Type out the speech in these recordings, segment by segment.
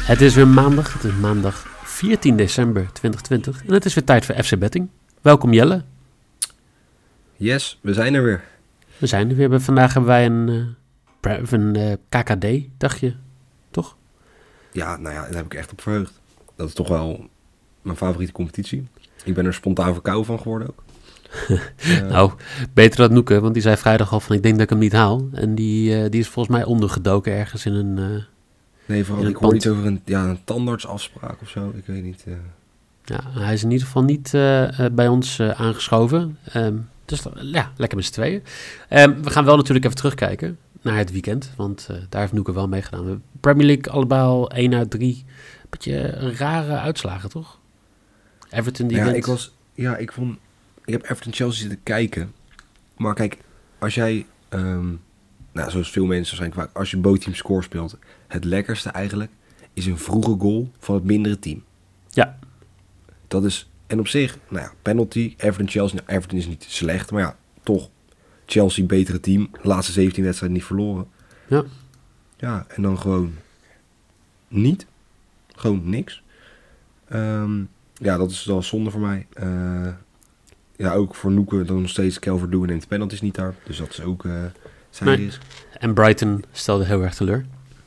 Het is weer maandag. Het is maandag 14 december 2020. En het is weer tijd voor FC Betting. Welkom Jelle. Yes, we zijn er weer. We zijn er weer. Vandaag hebben wij een KKD-dagje, toch? Ja, nou ja, daar heb ik echt op verheugd. Dat is toch wel mijn favoriete competitie. Ik ben er spontaan verkouden van geworden ook. Nou, beter dan Noeke, want die zei vrijdag al van ik denk dat ik hem niet haal. En die is volgens mij ondergedoken ergens in een... Nee, vooral ik hoor iets over een tandartsafspraak of zo. Ik weet niet. Ja, hij is in ieder geval niet bij ons aangeschoven. Dus ja, lekker met z'n tweeën. We gaan wel natuurlijk even terugkijken naar het weekend. Want daar heeft Noeke wel mee gedaan. We Premier League allebei al 1 uit 3. Beetje rare uitslagen, toch? Everton die wint. Ik heb Everton Chelsea zitten kijken. Maar kijk, als jij... zoals veel mensen waarschijnlijk vaak, als je bootteam score speelt, het lekkerste eigenlijk is een vroege goal van het mindere team. Ja. Dat is, en op zich, penalty, Everton Chelsea. Nou, Everton is niet slecht, maar ja, toch, Chelsea betere team. De laatste 17 wedstrijden niet verloren. Ja. Ja, en dan gewoon niet. Gewoon niks. Dat is wel zonde voor mij. Ook voor Noeke dan nog steeds Calvert-Lewin neemt de penalties niet daar. Dus dat is ook... Nee. En Brighton stelde heel erg teleur.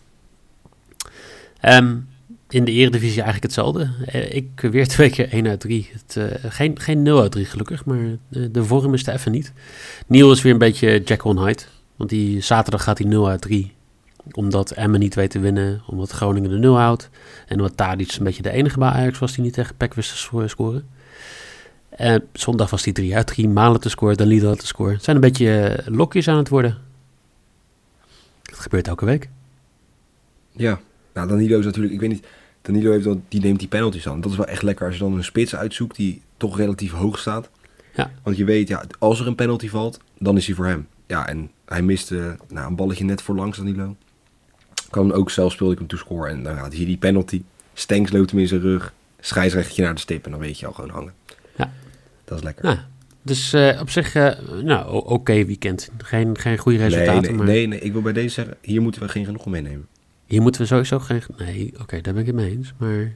In de Eredivisie eigenlijk hetzelfde. Ik weer 2 keer 1 uit 3. Geen 0 uit 3 gelukkig, maar de vorm is er even niet. Neil is weer een beetje Jekyll and Hyde. Want die zaterdag gaat hij 0 uit 3. Omdat Emmen niet weet te winnen. Omdat Groningen de 0 houdt. En omdat Tadic een beetje de enige bij Ajax was die niet tegen PEC wist te scoren. Zondag was hij 3 uit 3. Malen te scoren, dan Lidl te scoren. Het zijn een beetje lokjes aan het worden. Dat gebeurt elke week. Ja, nou Danilo is natuurlijk, ik weet niet, Danilo die neemt die penalties aan. Dat is wel echt lekker als je dan een spits uitzoekt die toch relatief hoog staat. Ja. Want je weet, als er een penalty valt, dan is hij voor hem. Ja, en hij miste een balletje net voorlangs Danilo. Kan ook zelf speelde ik hem toescoren en dan gaat hij die penalty. Stenks loopt hem in zijn rug, scheidsrechtertje naar de stip en dan weet je al gewoon hangen. Ja. Dat is lekker. Nou, dus op zich, oké weekend. Geen goede resultaten. Nee, ik wil bij deze zeggen, hier moeten we geen genoegen meenemen. Hier moeten we sowieso geen... Nee, oké, daar ben ik het mee eens. Maar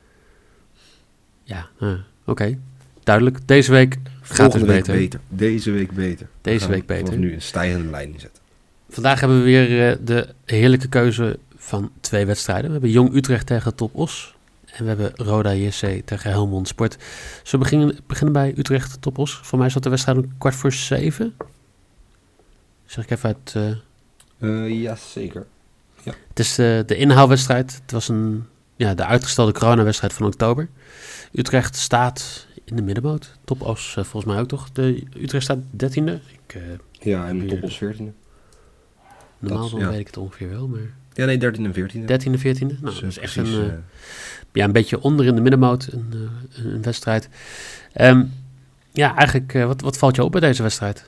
ja, oké. Duidelijk. Deze week gaat het beter. Deze week beter. Vanaf nu een stijgende lijn inzetten. Vandaag hebben we weer de heerlijke keuze van 2 wedstrijden. We hebben Jong Utrecht tegen Top Os. En we hebben Roda JC tegen Helmond Sport. Zullen we beginnen bij Utrecht Top Os? Voor mij zat de wedstrijd om 6:15. Zeg ik even uit... Ja, zeker. Ja. Het is de inhaalwedstrijd. Het was de uitgestelde coronawedstrijd van oktober. Utrecht staat in de middenmoot. Top Os volgens mij ook toch. Utrecht staat 13e. En Top Os 14e. Normaal weet ik het ongeveer wel, maar... Ja, nee, 13e en 14e. 13e en 14e. Nou, dat is echt een beetje onder in de middenmoot een wedstrijd. Eigenlijk, wat valt je op bij deze wedstrijd?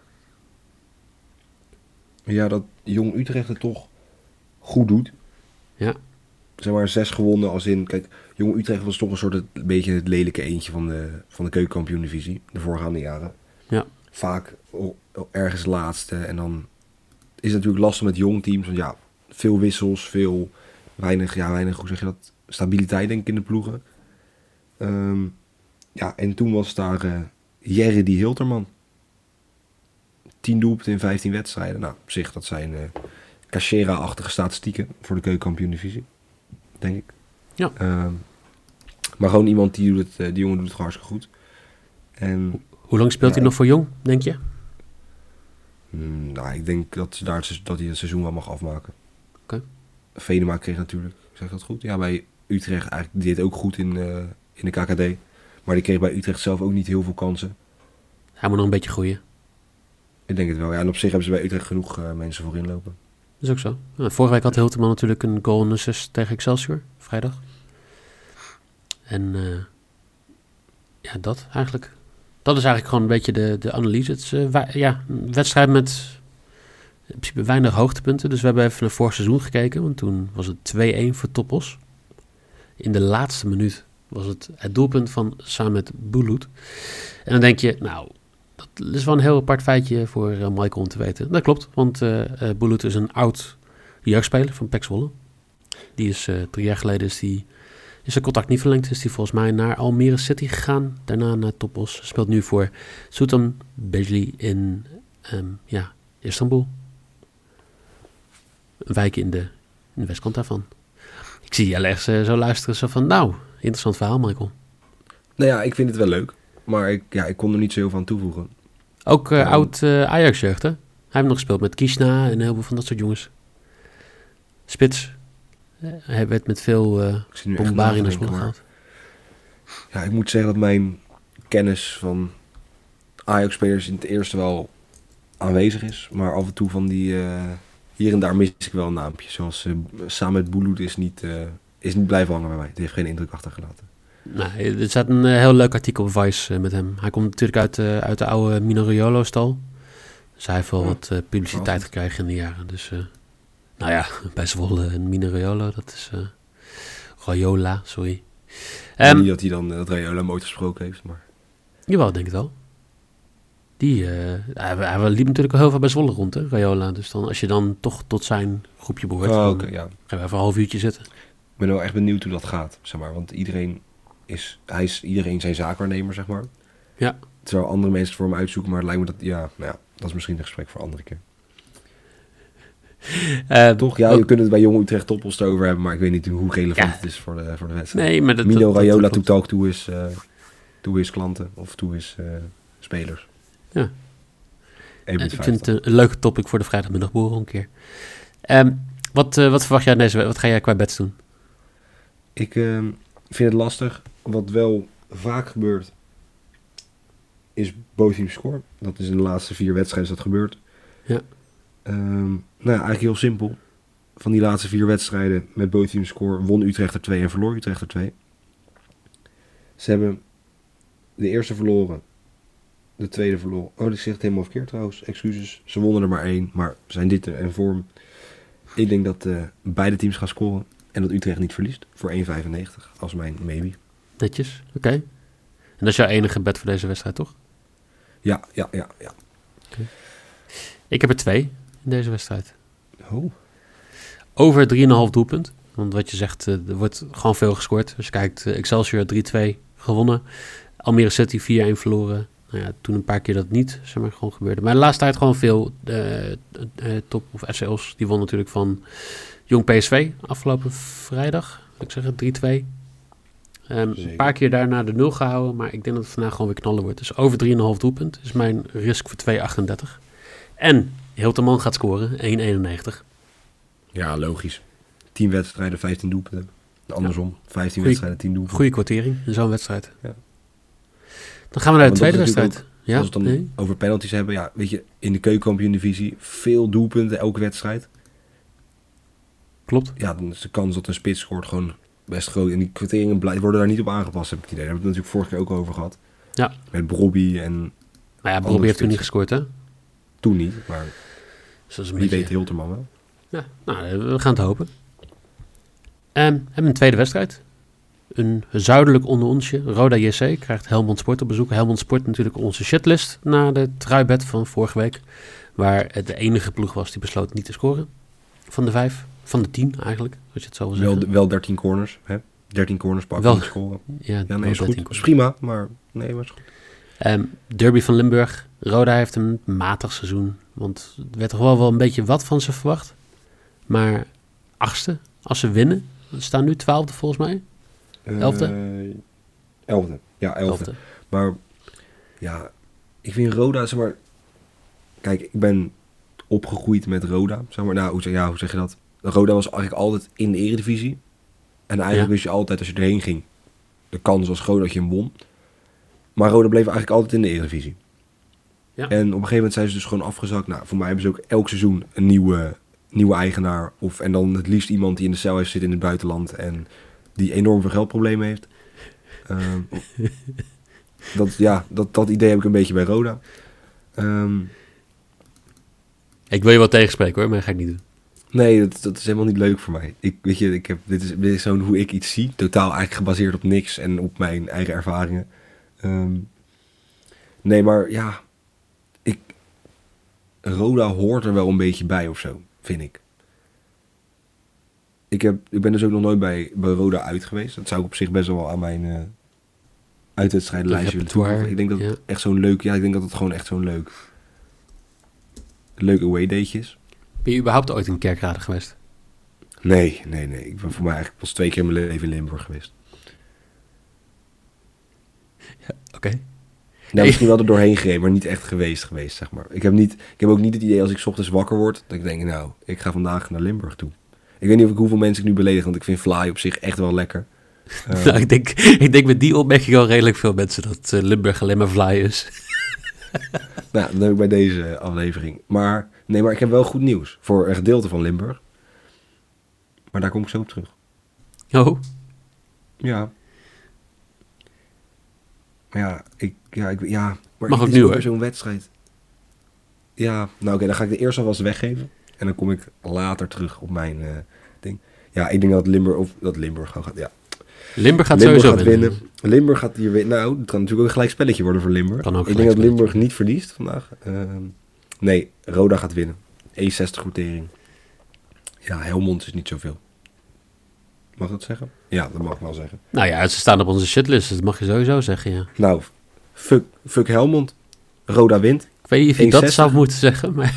Ja, dat Jong Utrecht het toch goed doet. Ja. Zeg maar 6 gewonnen als in... Kijk, Jong Utrecht was toch een beetje het lelijke eentje van de keukenkampioen-divisie. De voorgaande jaren. Ja. Vaak ergens laatste. En dan is het natuurlijk lastig met jong teams. Want veel wissels, weinig, hoe zeg je dat? Stabiliteit denk ik in de ploegen. En toen was daar Jerry die Hilterman. 10 doelpunten in 15 wedstrijden. Nou, op zich, dat zijn Cachera-achtige statistieken voor de keukenkampioen-divisie. Denk ik. Ja. Maar gewoon iemand die jongen doet het gewoon hartstikke goed. En, hoe lang speelt hij nog voor Jong, denk je? Ik denk dat hij het seizoen wel mag afmaken. Oké. Venema kreeg natuurlijk, zeg dat goed? Ja, bij Utrecht eigenlijk deed ook goed in de KKD. Maar die kreeg bij Utrecht zelf ook niet heel veel kansen. Hij moet nog een beetje groeien. Ik denk het wel. Ja, en op zich hebben ze bij Utrecht genoeg mensen voor inlopen. Dat is ook zo. Vorige week had Hilterman natuurlijk een goal en assist tegen Excelsior, vrijdag. En dat eigenlijk. Dat is eigenlijk gewoon een beetje de analyse. Het is een wedstrijd met in principe weinig hoogtepunten. Dus we hebben even naar vorig seizoen gekeken. Want toen was het 2-1 voor Top Os. In de laatste minuut was het doelpunt van Samet Bulut. En dan denk je, dat is wel een heel apart feitje voor Michael om te weten. Dat klopt, want Bulut is een oud jeugdspeler van PEC Zwolle. Die is 3 jaar geleden is zijn contact niet verlengd. Is die volgens mij naar Almere City gegaan. Daarna naar Topos. Speelt nu voor Sultan Beyli in Istanbul. Een wijk in de westkant daarvan. Ik zie Jelle echt zo luisteren. Zo van, nou, interessant verhaal, Michael. Nou ja, ik vind het wel leuk. Maar ik kon er niet zo heel veel aan toevoegen. Ook oud Ajax-jeugd, hè? Hij heeft nog gespeeld met Kishna en heel veel van dat soort jongens. Spits. Hij werd met veel bombardie naar Zwolle gehaald. Ja, ik moet zeggen dat mijn kennis van Ajax-spelers in het eerste wel aanwezig is. Maar af en toe van die... hier en daar mis ik wel een naampje. Zoals Samet Bulut is niet blijven hangen bij mij. Het heeft geen indruk achtergelaten. Nou, er staat een heel leuk artikel op Vice met hem. Hij komt natuurlijk uit de oude Mino Raiola-stal. Dus hij heeft wel wat publiciteit gekregen in de jaren. Dus, nou ja, bij Zwolle en Mino Raiola, dat is... Raiola, sorry. Niet dat hij dan dat Raiola hem ooit gesproken heeft, maar... Jawel, denk ik wel. Hij liep natuurlijk al heel veel bij Zwolle rond, hè, Raiola. Dus dan, als je dan toch tot zijn groepje behoort... Gaan we even een half uurtje zitten. Ik ben wel echt benieuwd hoe dat gaat, zeg maar. Want iedereen is zijn zaakwaarnemer, zeg maar. Ja. Terwijl andere mensen het voor hem uitzoeken, maar het lijkt me dat... dat is misschien een gesprek voor een andere keer. Toch? Ja, je kunt het bij Jong Utrecht Toppels over hebben, maar ik weet niet hoe relevant het is voor de wedstrijd. Nee, maar Mino Raiola to talk to his klanten of to his spelers. Ja. Ik vind het een leuke topic voor de vrijdagmiddagborrel een keer. Wat verwacht jij deze week? Wat ga jij qua bets doen? Ik vind het lastig. Wat wel vaak gebeurt, is both team score. Dat is in de laatste 4 wedstrijden dat gebeurt. Ja. Eigenlijk heel simpel. Van die laatste 4 wedstrijden met both team score won Utrecht er 2 en verloor Utrecht er 2. Ze hebben de eerste verloren. De tweede verloren. Oh, dat zegt helemaal verkeerd trouwens. Excuses. Ze wonnen er maar 1, maar zijn dit in vorm. Ik denk dat beide teams gaan scoren. En dat Utrecht niet verliest. Voor 1,95 als mijn maybe. Netjes, oké. En dat is jouw enige bet voor deze wedstrijd, toch? Ja. Okay. Ik heb er 2 in deze wedstrijd. Oh. Over 3,5 doelpunt. Want wat je zegt, er wordt gewoon veel gescoord. Als je kijkt, Excelsior 3-2 gewonnen. Almere City 4-1 verloren. Nou ja, toen een paar keer dat niet, zeg maar, gewoon gebeurde. Maar de laatste tijd gewoon veel top of SCO's. Die won natuurlijk van Jong PSV afgelopen vrijdag. Wil ik zeggen, 3-2. Een paar keer daarna de 0 gehouden. Maar ik denk dat het vandaag gewoon weer knallen wordt. Dus over 3,5 doelpunt is mijn risk voor 2,38. En Hilterman gaat scoren, 1,91. Ja, logisch. 10 wedstrijden, 15 doelpunten. Andersom, 15 wedstrijden, 10 doelpunten. Goede kwartering in zo'n wedstrijd. Ja. Dan gaan we naar de tweede wedstrijd. Als we het dan over penalties hebben. Ja, weet je, in de keukenkampioen-divisie veel doelpunten elke wedstrijd. Klopt. Ja, dan is de kans dat een spits scoort gewoon best groot. En die kwarteringen worden daar niet op aangepast, heb ik het idee. Daar hebben we het natuurlijk vorige keer ook over gehad. Ja. Met Brobby en... Nou ja, Brobby heeft toen niet gescoord, hè? Toen niet, maar wie weet Hilterman wel. Ja, nou, we gaan het hopen. Hebben een tweede wedstrijd. Een zuidelijk onder onsje. Roda JC krijgt Helmond Sport op bezoek. Helmond Sport natuurlijk onze shitlist na de truibed van vorige week. Waar het de enige ploeg was die besloot niet te scoren. Van de 5. Van de 10 eigenlijk, als je het zo wil zeggen. Wel 13 corners, hè? 13 corners pakken niet scoren. Ja, nee, is goed. Is prima, maar nee, maar is goed. Derby van Limburg. Roda heeft een matig seizoen. Want er werd toch wel een beetje wat van ze verwacht. Maar 8e, als ze winnen. Ze staan nu 12e volgens mij. 11e? 11e. Ja, 11e. Maar ja, ik vind Roda, zeg maar... Kijk, ik ben opgegroeid met Roda. Zeg maar, hoe zeg je dat? Roda was eigenlijk altijd in de Eredivisie. En eigenlijk wist je altijd, als je erheen ging, de kans was groot dat je hem won. Maar Roda bleef eigenlijk altijd in de Eredivisie. Ja. En op een gegeven moment zijn ze dus gewoon afgezakt. Nou, voor mij hebben ze ook elk seizoen een nieuwe eigenaar. En dan het liefst iemand die in de cel heeft zitten in het buitenland. En die enorm veel geldproblemen heeft. Dat idee heb ik een beetje bij Roda. Ik wil je wel tegenspreken hoor, maar dat ga ik niet doen. Nee, dat is helemaal niet leuk voor mij. Dit is zo'n hoe ik iets zie. Totaal eigenlijk gebaseerd op niks en op mijn eigen ervaringen. Nee, maar ja... Roda hoort er wel een beetje bij of zo, vind ik. ik ben dus ook nog nooit bij Roda uit geweest. Dat zou ik op zich best wel aan mijn uitwedstrijdenlijstje willen toevoegen. Ik denk dat het echt zo'n leuk... Ja, ik denk dat het gewoon echt zo'n leuk away daytje is. Ben je überhaupt ooit in Kerkrade geweest? Nee. Ik ben voor mij eigenlijk pas 2 keer in mijn leven in Limburg geweest. Ja, oké. Nou, misschien wel er doorheen gereden, maar niet echt geweest, zeg maar. Ik heb ook niet het idee als ik 's ochtends wakker word, dat ik denk, nou, ik ga vandaag naar Limburg toe. Ik weet niet of ik hoeveel mensen ik nu beledig, want ik vind Fly op zich echt wel lekker. Nou, ik denk met die opmerking al redelijk veel mensen dat Limburg alleen maar Fly is. Nou, dat heb ik bij deze aflevering. Maar ik heb wel goed nieuws voor een gedeelte van Limburg. Maar daar kom ik zo op terug. Oh, Ja. Maar maar Mag ook het nu, is hoor. zo'n wedstrijd. Ja, nou oké, dan ga ik de eerste alvast weggeven. En dan kom ik later terug op mijn ding. Ja, ik denk dat Limburg gewoon gaat. Ja. Limburg gaat Limburg sowieso gaat winnen. Limburg gaat hier winnen. Nou, het kan natuurlijk ook een gelijk spelletje worden voor Limburg. Kan ook Ik denk dat gelijkspelletje Limburg niet verliest vandaag. Nee, Roda gaat winnen. 1,60 quotering. Ja, Helmond is niet zoveel. Mag ik dat zeggen? Ja, dat mag ik wel zeggen. Nou ja, ze staan op onze shitlist, dus dat mag je sowieso zeggen, ja. Nou, fuck Helmond. Roda wint. Ik weet niet of je dat 1,60. zou moeten zeggen, maar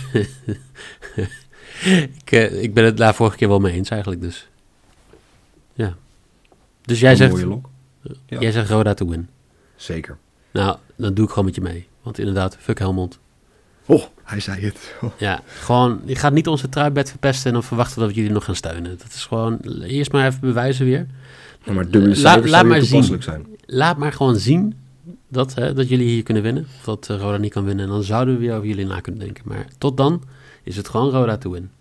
ik ben het daar vorige keer wel mee eens eigenlijk, dus. Ja. Dus jij Een zegt, mooie lok. Ja. jij zegt Roda to win. Zeker. Nou, dan doe ik gewoon met je mee. Want inderdaad, fuck Helmond. Oh, hij zei het. Oh. Ja, gewoon, je gaat niet onze truibed verpesten en dan verwachten dat we jullie nog gaan steunen. Dat is gewoon, eerst maar even bewijzen weer. Ja, maar dubbele Laat cijfers zou maar weer toepasselijk zien. zijn. Laat maar gewoon zien dat jullie hier kunnen winnen. Of dat Roda niet kan winnen. En dan zouden we weer over jullie na kunnen denken. Maar tot dan is het gewoon Roda to win.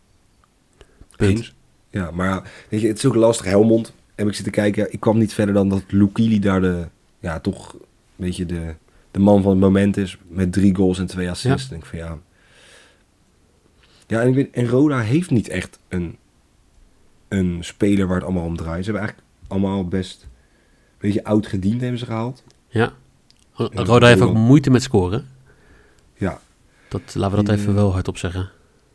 Punt. Eens. Ja, maar ja, weet je, het is ook lastig. Helmond, heb ik zitten kijken. Ik kwam niet verder dan dat Lukili daar toch een beetje de man van het moment is. Met 3 goals en 2 assists. Ja. Denk ik van ja. Ja, en Roda heeft niet echt een speler waar het allemaal om draait. Ze hebben eigenlijk allemaal best een beetje oud gediend hebben ze gehaald. Ja. Ja, Roda heeft ook Roland. moeite met scoren. Ja. Laten we dat Die, even wel hardop zeggen.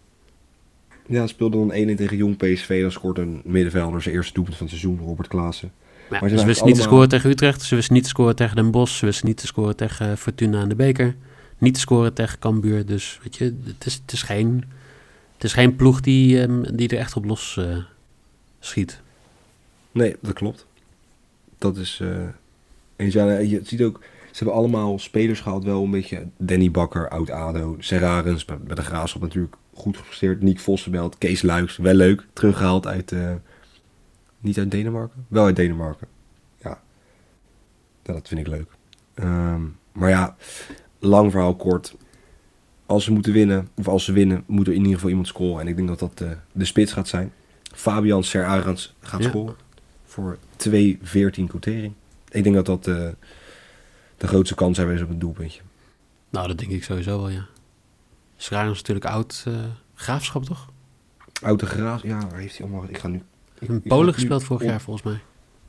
Ja, speelde dan 1-1 tegen Jong PSV. Dan scoort een middenvelder zijn eerste doelpunt van het seizoen, Robert Klaassen. Ja, Maar ze ze zijn wisten niet te allemaal- scoren tegen Utrecht. Ze wisten niet te scoren tegen Den Bosch. Ze wisten niet te scoren tegen Fortuna in de beker. Niet te scoren tegen Cambuur. Dus weet je, het is geen ploeg die er echt op los schiet. Nee, dat klopt. Dat is... en ja, je ziet ook... Ze hebben allemaal spelers gehaald, wel een beetje... Danny Bakker, oud-ADO, Serrarens, bij de Graafschap natuurlijk goed gepresteerd. Nick Vossenbelt, Kees Luijks, wel leuk. Teruggehaald uit... niet uit Denemarken? Wel uit Denemarken. Ja. Dat vind ik leuk. Maar ja, lang verhaal kort. Als ze moeten winnen, of als ze winnen, moet er in ieder geval iemand scoren. En ik denk dat dat de spits gaat zijn. Fabian Serrarens gaat Ja. scoren. Voor 2,14 quotering. Ik denk dat dat de grootste kans hebben is op een doelpuntje. Nou, dat denk ik sowieso wel, ja. Schraar is natuurlijk oud Graafschap, toch? Oude Graas, ja, waar heeft hij allemaal... Ik ga nu... In Polen gespeeld vorig jaar, volgens mij.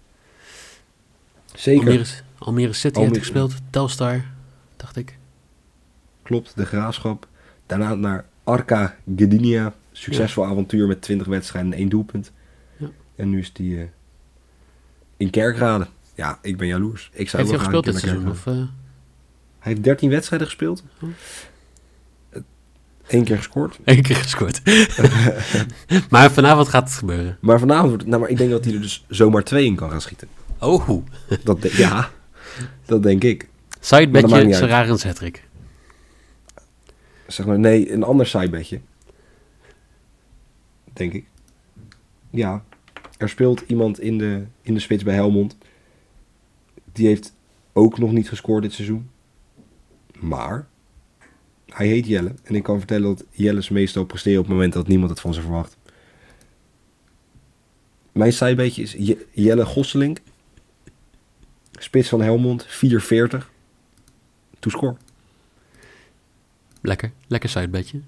Zeker, Almere City heeft Almere. hij gespeeld. Telstar, dacht ik. klopt, de Graafschap. Daarna naar Arka Gdynia. Succesvol avontuur met 20 wedstrijden en 1 doelpunt. Ja. En nu is hij in Kerkrade. Ja, ik ben jaloers. Ik zou Heeft hij wel gespeeld graag dit een keer seizoen? naar Of, Hij heeft 13 wedstrijden gespeeld. Oh. 1 keer gescoord. 1 keer gescoord. Maar vanavond gaat het gebeuren. Maar vanavond wordt maar ik denk dat hij er dus zomaar 2 in kan gaan schieten. Oh, Ja, dat denk ik. Maar dat maakt sidebedje, niet uit. Serrarens hattrick. Zeg maar, nee, een ander sidebedje. Denk ik. Ja, er speelt iemand in de spits bij Helmond. Die heeft ook nog niet gescoord dit seizoen. Maar hij heet Jelle. En ik kan vertellen dat Jelle's meestal presteren op het moment dat niemand het van ze verwacht. Mijn sidebedje is Jelle Gosselink. Spits van Helmond, 4,40. Toescore. Lekker sidebedje.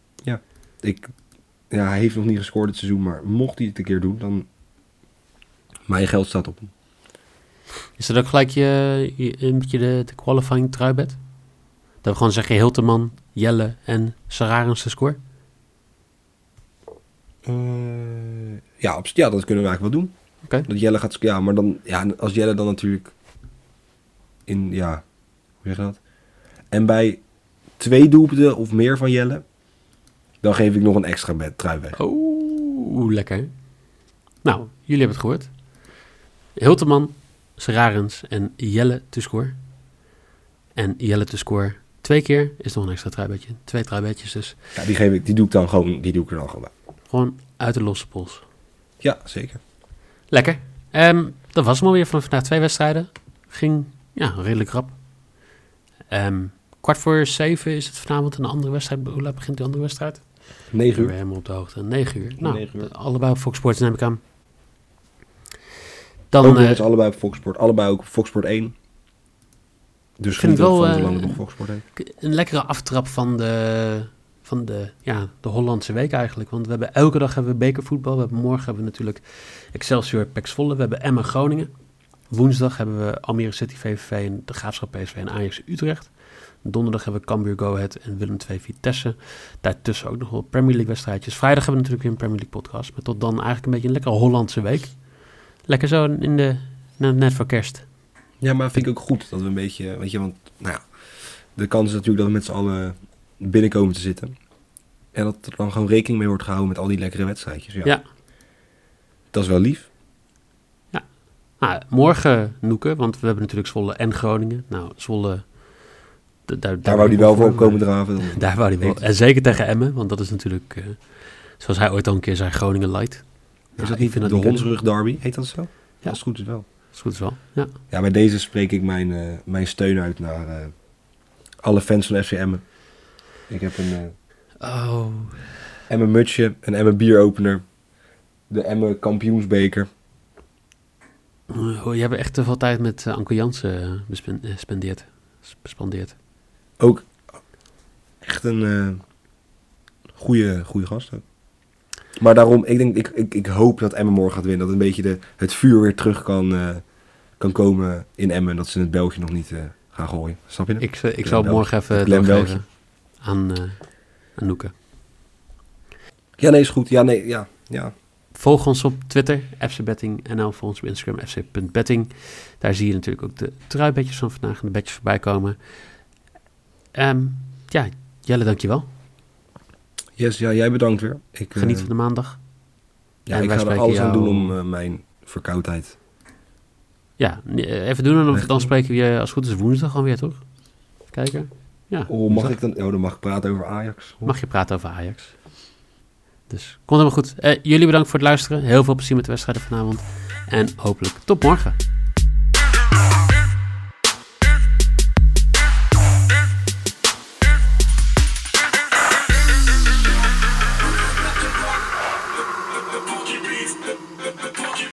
Hij heeft nog niet gescoord dit seizoen, maar mocht hij het een keer doen, dan... Mijn geld staat op hem. Is dat ook gelijk een beetje de qualifying truibed? Dat we gewoon zeggen Hilterman, Jelle en Serrarens de score? Ja, dat kunnen we eigenlijk wel doen. Oké. Dat Jelle gaat... Ja, maar dan... Ja, als Jelle dan natuurlijk... hoe zeg je dat? En bij 2 doelpunten of meer van Jelle... Dan geef ik nog een extra trui weg. Oeh, lekker. Nou, jullie hebben het gehoord. Hilteman, Serarens en Jelle te score. En Jelle te score 2 keer is nog een extra truibedje. 2 truibedjes dus. Ja, die doe ik er dan gewoon bij. Gewoon uit de losse pols. Ja, zeker. Lekker. Dat was hem alweer van vandaag 2 wedstrijden. Ging redelijk rap. 6:45 is het vanavond een andere wedstrijd. Hoe laat begint die andere wedstrijd? 9 Ik ben uur. helemaal op de hoogte. 9 uur. Nou, 9 uur. allebei op Fox Sports neem ik aan. Dan Ook nog eens allebei op Fox Sport. Allebei ook op Fox Sport 1. Dus vind geniet ik ook wel, van zolang het nog Fox Sport heeft. een lekkere aftrap van de Hollandse week eigenlijk. Want we hebben elke dag bekervoetbal. Morgen hebben we natuurlijk Excelsior PEC Zwolle. We hebben Emmen Groningen. Woensdag hebben we Almere City VVV en de Graafschap PSV en Ajax Utrecht. Donderdag hebben we Cambuur Go Ahead en Willem II Vitesse. Daartussen ook nog wel Premier League wedstrijdjes. Vrijdag hebben we natuurlijk weer een Premier League podcast. Maar tot dan eigenlijk een beetje een lekkere Hollandse week. Lekker zo net voor kerst. Ja, maar vind ik ook goed dat we een beetje... Weet je, want de kans is natuurlijk dat we met z'n allen binnenkomen te zitten. En dat er dan gewoon rekening mee wordt gehouden met al die lekkere wedstrijdjes. Ja. Dat is wel lief. Nou, morgen Noeke, want we hebben natuurlijk Zwolle en Groningen. Nou, Zwolle... Daar wou hij wel voor komen draven. Daar wou hij wel. En zeker tegen Emmen, want dat is natuurlijk... zoals hij ooit al een keer zei, Groningen light. Is dat niet de Hondsrug derby? Heet dat zo? Ja, als het goed is wel. Als het goed is wel, ja. Ja, bij deze spreek ik mijn steun uit naar alle fans van FC Emmen. Ik heb een Emmen mutsje, een Emmen bieropener, de Emmen kampioensbeker. Je hebt echt te veel tijd met Anko Jansen bespendeerd. Ook echt een goede gast ook. Maar daarom, ik hoop dat Emmen morgen gaat winnen. Dat een beetje het vuur weer terug kan komen in Emmen. Dat ze het beltje nog niet gaan gooien. Snap je dat? Ik zal morgen even doorgeven aan Noeke. Ja, nee, is goed. Ja. Volg ons op Twitter, FCBettingNL. Volg ons op Instagram, fc.betting. Daar zie je natuurlijk ook de truibedjes van vandaag en de bedjes voorbij komen. Jelle, dankjewel. Yes, ja, jij bedankt weer. Geniet van de maandag. Ja, ik ga er alles aan doen om mijn verkoudheid. Ja, even doen en dan spreken we je als het goed is woensdag alweer, toch? Even kijken. Ja, mag ik dan? Dan mag ik praten over Ajax. Mag je praten over Ajax. Dus komt helemaal goed. Jullie bedankt voor het luisteren. Heel veel plezier met de wedstrijden vanavond. En hopelijk tot morgen.